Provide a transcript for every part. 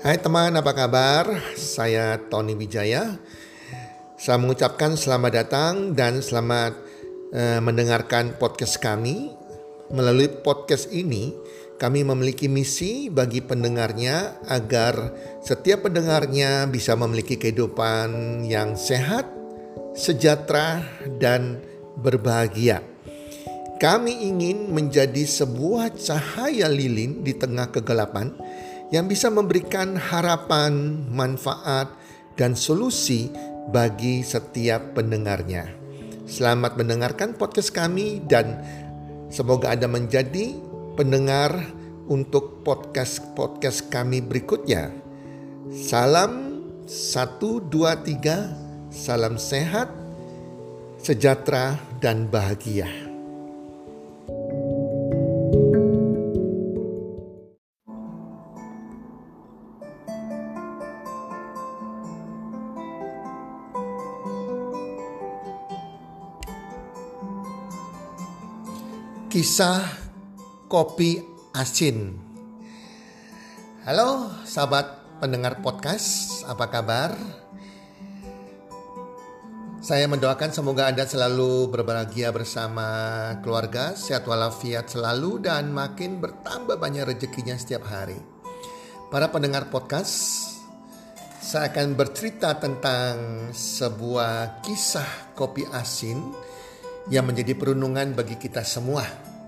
Hai teman, apa kabar? Saya Tony Wijaya. Saya mengucapkan selamat datang dan selamat mendengarkan podcast kami. Melalui podcast ini, kami memiliki misi bagi pendengarnya agar setiap pendengarnya bisa memiliki kehidupan yang sehat, sejahtera, dan berbahagia. Kami ingin menjadi sebuah cahaya lilin di tengah kegelapan yang bisa memberikan harapan, manfaat, dan solusi bagi setiap pendengarnya. Selamat mendengarkan podcast kami dan semoga Anda menjadi pendengar untuk podcast kami berikutnya. Salam 1, 2, 3, salam sehat, sejahtera, dan bahagia. Kisah kopi asin. Halo sahabat pendengar podcast, apa kabar? Saya mendoakan semoga Anda selalu berbahagia bersama keluarga, sehat walafiat selalu dan makin bertambah banyak rezekinya setiap hari. Para pendengar podcast, saya akan bercerita tentang sebuah kisah kopi asin yang menjadi perundungan bagi kita semua.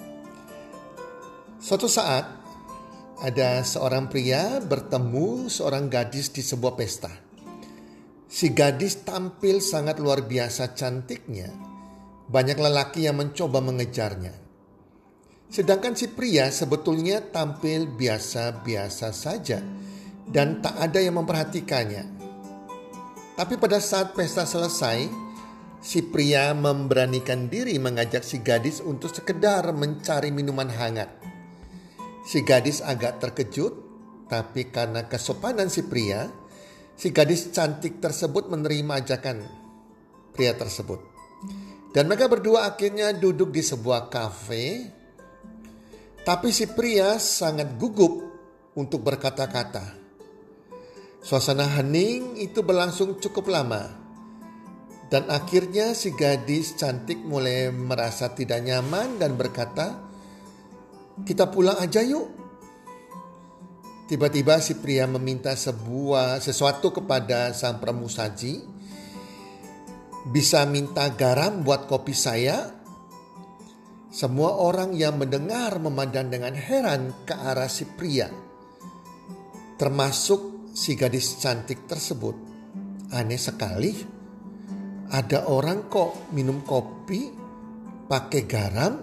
Suatu saat, ada seorang pria bertemu seorang gadis di sebuah pesta. Si gadis tampil sangat luar biasa cantiknya. Banyak lelaki yang mencoba mengejarnya. Sedangkan si pria sebetulnya tampil biasa-biasa saja dan tak ada yang memperhatikannya. Tapi pada saat pesta selesai, si pria memberanikan diri mengajak si gadis untuk sekedar mencari minuman hangat. Si gadis agak terkejut, tapi karena kesopanan si pria, si gadis cantik tersebut menerima ajakan pria tersebut. Dan mereka berdua akhirnya duduk di sebuah kafe. Tapi si pria sangat gugup untuk berkata-kata. Suasana hening itu berlangsung cukup lama. Dan akhirnya si gadis cantik mulai merasa tidak nyaman dan berkata, "Kita pulang aja yuk." Tiba-tiba si pria meminta sesuatu kepada sang pramusaji. "Bisa minta garam buat kopi saya?" Semua orang yang mendengar memandang dengan heran ke arah si pria, termasuk si gadis cantik tersebut. Aneh sekali. Ada orang kok minum kopi pakai garam?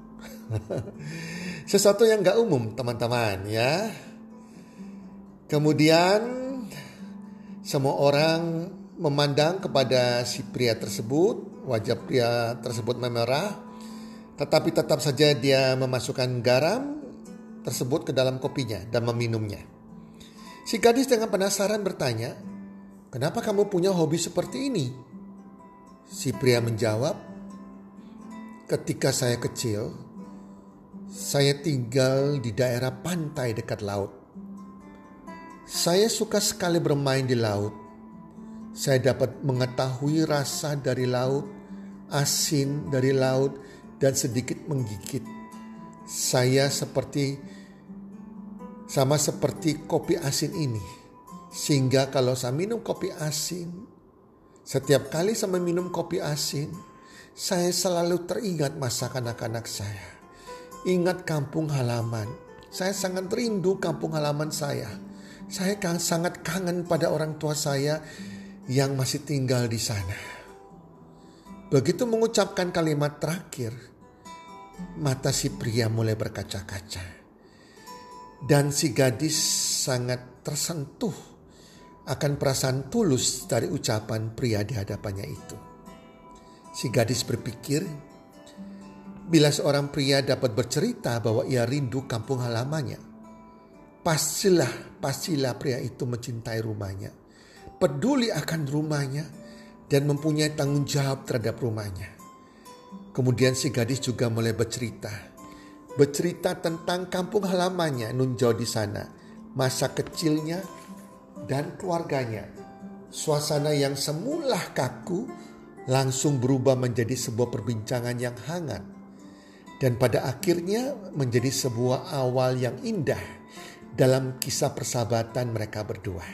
Sesuatu yang gak umum teman-teman ya. Kemudian semua orang memandang kepada si pria tersebut. Wajah pria tersebut memerah. Tetapi tetap saja dia memasukkan garam tersebut ke dalam kopinya dan meminumnya. Si gadis dengan penasaran bertanya, "Kenapa kamu punya hobi seperti ini?" Si pria menjawab, "Ketika saya kecil, saya tinggal di daerah pantai dekat laut. Saya suka sekali bermain di laut. Saya dapat mengetahui rasa dari laut, asin dari laut, dan sedikit menggigit. Saya sama seperti kopi asin ini. Sehingga kalau saya minum kopi asin, setiap kali saya minum kopi asin, saya selalu teringat masa kanak-kanak saya. Ingat kampung halaman. Saya sangat rindu kampung halaman saya. Saya sangat kangen pada orang tua saya yang masih tinggal di sana." Begitu mengucapkan kalimat terakhir, mata si pria mulai berkaca-kaca. Dan si gadis sangat tersentuh akan perasaan tulus dari ucapan pria di hadapannya itu. Si gadis berpikir, bila seorang pria dapat bercerita bahwa ia rindu kampung halamannya, pastilah pria itu mencintai rumahnya, peduli akan rumahnya, dan mempunyai tanggung jawab terhadap rumahnya. Kemudian si gadis juga mulai bercerita tentang kampung halamannya nun jauh di sana, masa kecilnya, dan keluarganya. Suasana yang semula kaku langsung berubah menjadi sebuah perbincangan yang hangat. Dan pada akhirnya menjadi sebuah awal yang indah dalam kisah persahabatan mereka berdua.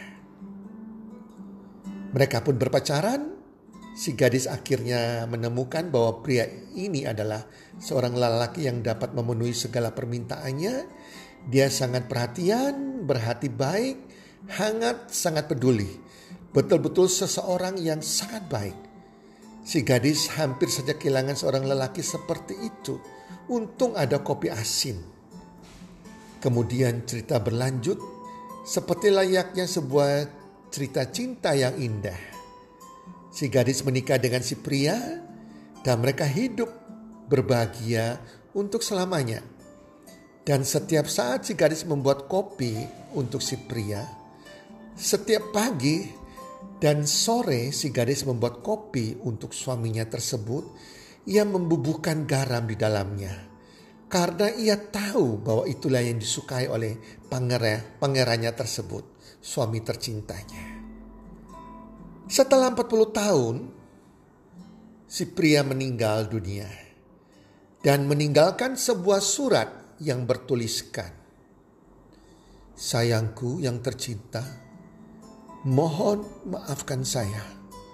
Mereka pun berpacaran. Si gadis akhirnya menemukan bahwa pria ini adalah seorang lelaki yang dapat memenuhi segala permintaannya. Dia sangat perhatian, berhati baik, hangat, sangat peduli. Betul-betul seseorang yang sangat baik. Si gadis hampir saja kehilangan seorang lelaki seperti itu. Untung ada kopi asin. Kemudian cerita berlanjut seperti layaknya sebuah cerita cinta yang indah. Si gadis menikah dengan si pria dan mereka hidup berbahagia untuk selamanya. Dan setiap saat si gadis membuat kopi untuk si pria. Setiap pagi dan sore si gadis membuat kopi untuk suaminya tersebut. Ia membubuhkan garam di dalamnya. Karena ia tahu bahwa itulah yang disukai oleh pangerannya tersebut, suami tercintanya. Setelah 40 tahun, si pria meninggal dunia dan meninggalkan sebuah surat yang bertuliskan, "Sayangku yang tercinta, mohon maafkan saya.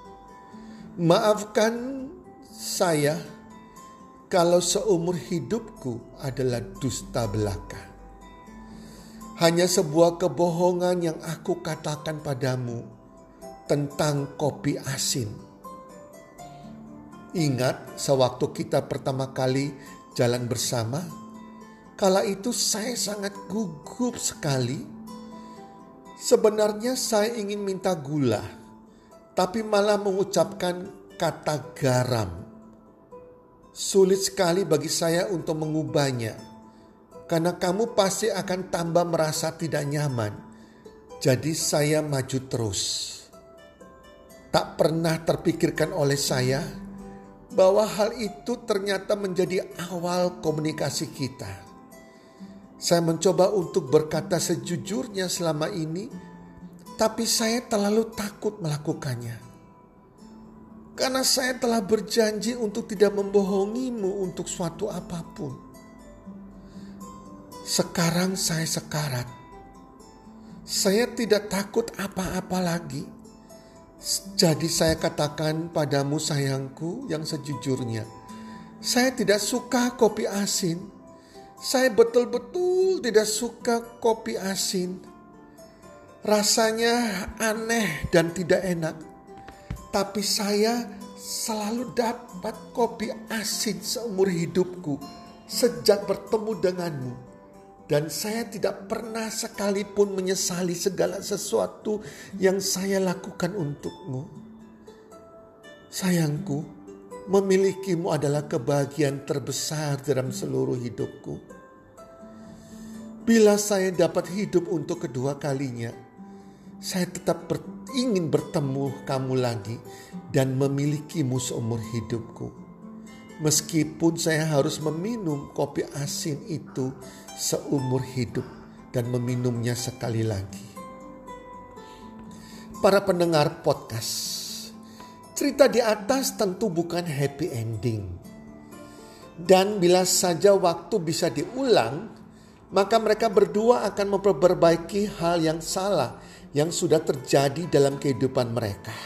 Maafkan saya kalau seumur hidupku adalah dusta belaka. Hanya sebuah kebohongan yang aku katakan padamu tentang kopi asin. Ingat sewaktu kita pertama kali jalan bersama, kala itu saya sangat gugup sekali. Sebenarnya saya ingin minta gula, tapi malah mengucapkan kata garam. Sulit sekali bagi saya untuk mengubahnya, karena kamu pasti akan tambah merasa tidak nyaman. Jadi saya maju terus. Tak pernah terpikirkan oleh saya bahwa hal itu ternyata menjadi awal komunikasi kita. Saya mencoba untuk berkata sejujurnya selama ini, tapi saya terlalu takut melakukannya. Karena saya telah berjanji untuk tidak membohongimu untuk suatu apapun. Sekarang saya sekarat. Saya tidak takut apa-apa lagi. Jadi saya katakan padamu sayangku yang sejujurnya. Saya tidak suka kopi asin. Saya betul-betul tidak suka kopi asin. Rasanya aneh dan tidak enak. Tapi saya selalu dapat kopi asin seumur hidupku sejak bertemu denganmu. Dan saya tidak pernah sekalipun menyesali segala sesuatu yang saya lakukan untukmu. Sayangku, memilikimu adalah kebahagiaan terbesar dalam seluruh hidupku. Bila saya dapat hidup untuk kedua kalinya, saya tetap ingin bertemu kamu lagi dan memilikimu seumur hidupku. Meskipun saya harus meminum kopi asin itu seumur hidup dan meminumnya sekali lagi. Para pendengar podcast, cerita di atas tentu bukan happy ending. Dan bila saja waktu bisa diulang, maka mereka berdua akan memperbaiki hal yang salah yang sudah terjadi dalam kehidupan mereka.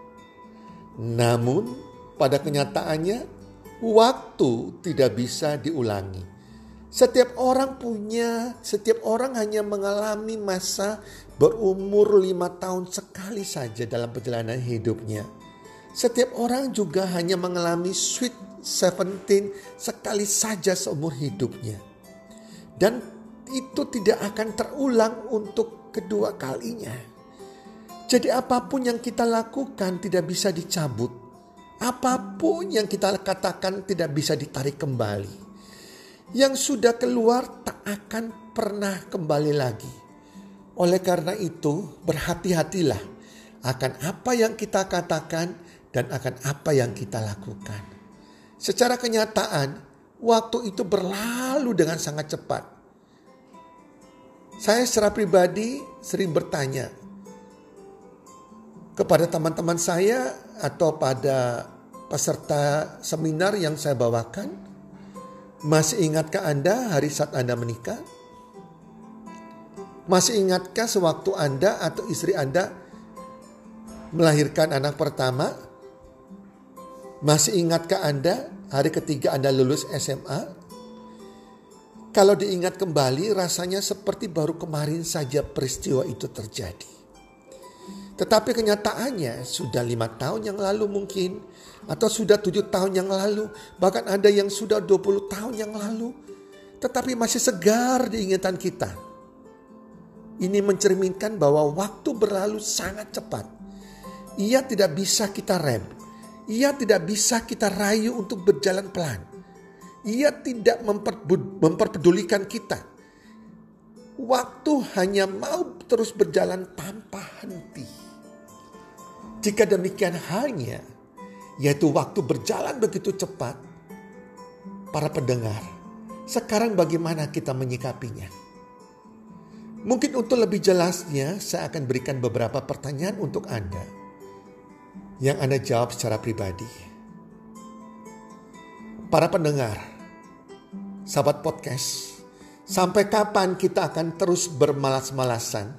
Namun pada kenyataannya waktu tidak bisa diulangi. Setiap orang hanya mengalami masa berumur 5 tahun sekali saja dalam perjalanan hidupnya. Setiap orang juga hanya mengalami sweet 17 sekali saja seumur hidupnya. Dan itu tidak akan terulang untuk kedua kalinya. Jadi apapun yang kita lakukan tidak bisa dicabut. Apapun yang kita katakan tidak bisa ditarik kembali. Yang sudah keluar tak akan pernah kembali lagi. Oleh karena itu, berhati-hatilah akan apa yang kita katakan dan akan apa yang kita lakukan. Secara kenyataan, waktu itu berlalu dengan sangat cepat. Saya secara pribadi sering bertanya, kepada teman-teman saya atau pada peserta seminar yang saya bawakan, masih ingatkah Anda hari saat Anda menikah? Masih ingatkah sewaktu Anda atau istri Anda melahirkan anak pertama? Masih ingatkah Anda hari ketiga Anda lulus SMA? Kalau diingat kembali, rasanya seperti baru kemarin saja peristiwa itu terjadi. Tetapi kenyataannya sudah 5 tahun yang lalu mungkin, atau sudah 7 tahun yang lalu, bahkan ada yang sudah 20 tahun yang lalu, tetapi masih segar di ingatan kita. Ini mencerminkan bahwa waktu berlalu sangat cepat. Ia tidak bisa kita rem. Ia tidak bisa kita rayu untuk berjalan pelan. Ia tidak memperpedulikan kita. Waktu hanya mau terus berjalan tanpa henti. Jika demikian halnya, yaitu waktu berjalan begitu cepat, para pendengar, sekarang bagaimana kita menyikapinya? Mungkin untuk lebih jelasnya, saya akan berikan beberapa pertanyaan untuk Anda yang Anda jawab secara pribadi. Para pendengar, sahabat podcast, sampai kapan kita akan terus bermalas-malasan?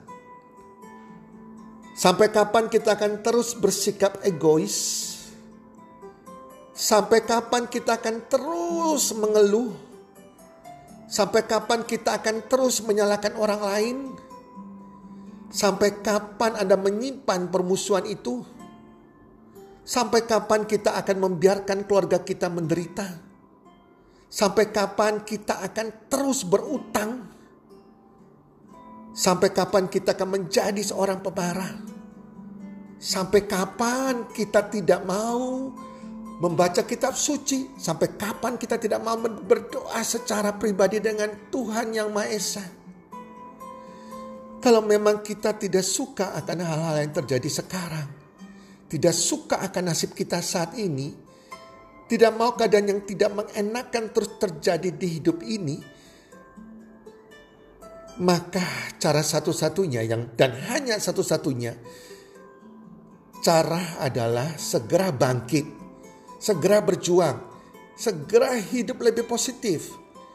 Sampai kapan kita akan terus bersikap egois? Sampai kapan kita akan terus mengeluh? Sampai kapan kita akan terus menyalahkan orang lain? Sampai kapan Anda menyimpan permusuhan itu? Sampai kapan kita akan membiarkan keluarga kita menderita? Sampai kapan kita akan terus berutang? Sampai kapan kita akan menjadi seorang pemarah? Sampai kapan kita tidak mau membaca kitab suci? Sampai kapan kita tidak mau berdoa secara pribadi dengan Tuhan yang Maha Esa? Kalau memang kita tidak suka akan hal-hal yang terjadi sekarang, tidak suka akan nasib kita saat ini, tidak mau keadaan yang tidak mengenakan terus terjadi di hidup ini, maka cara satu-satunya dan hanya satu-satunya cara adalah segera bangkit, segera berjuang, segera hidup lebih positif,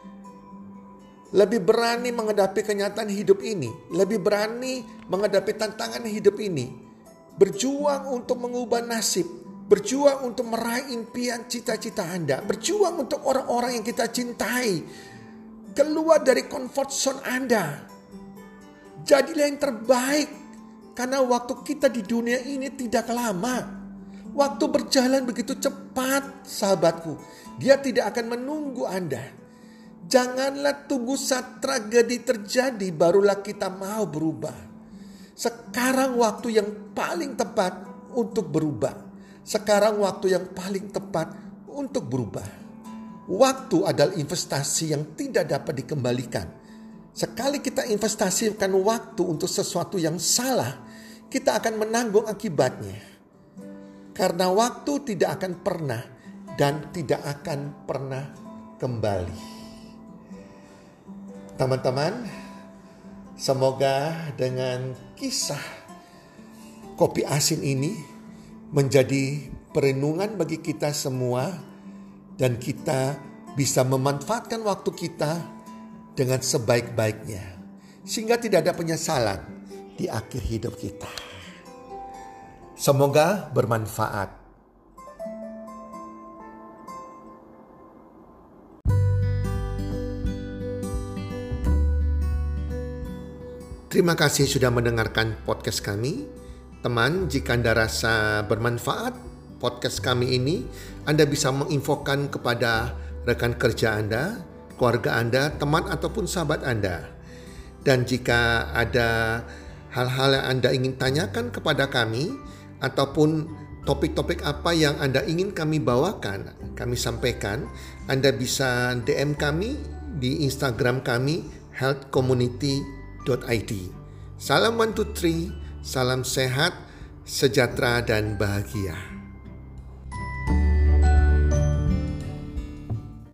lebih berani menghadapi kenyataan hidup ini, lebih berani menghadapi tantangan hidup ini, berjuang untuk mengubah nasib, berjuang untuk meraih impian cita-cita Anda, berjuang untuk orang-orang yang kita cintai, keluar dari comfort zone Anda. Jadilah yang terbaik, karena waktu kita di dunia ini tidak lama. Waktu berjalan begitu cepat, sahabatku. Dia tidak akan menunggu Anda. Janganlah tunggu saat tragedi terjadi barulah kita mau berubah. Sekarang waktu yang paling tepat untuk berubah. Sekarang waktu yang paling tepat untuk berubah. Waktu adalah investasi yang tidak dapat dikembalikan. Sekali kita investasikan waktu untuk sesuatu yang salah, kita akan menanggung akibatnya. Karena waktu tidak akan pernah dan tidak akan pernah kembali. Teman-teman, semoga dengan kisah kopi asin ini menjadi perenungan bagi kita semua dan kita bisa memanfaatkan waktu kita dengan sebaik-baiknya sehingga tidak ada penyesalan di akhir hidup kita. Semoga bermanfaat. Terima kasih sudah mendengarkan podcast kami. Teman, jika Anda rasa bermanfaat podcast kami ini, Anda bisa menginfokan kepada rekan kerja Anda, keluarga Anda, teman ataupun sahabat Anda. Dan jika ada hal-hal yang Anda ingin tanyakan kepada kami, ataupun topik-topik apa yang Anda ingin kami bawakan, kami sampaikan, Anda bisa DM kami di Instagram kami, healthcommunity.id. Salam 1, 2, 3, salam sehat, sejahtera dan bahagia.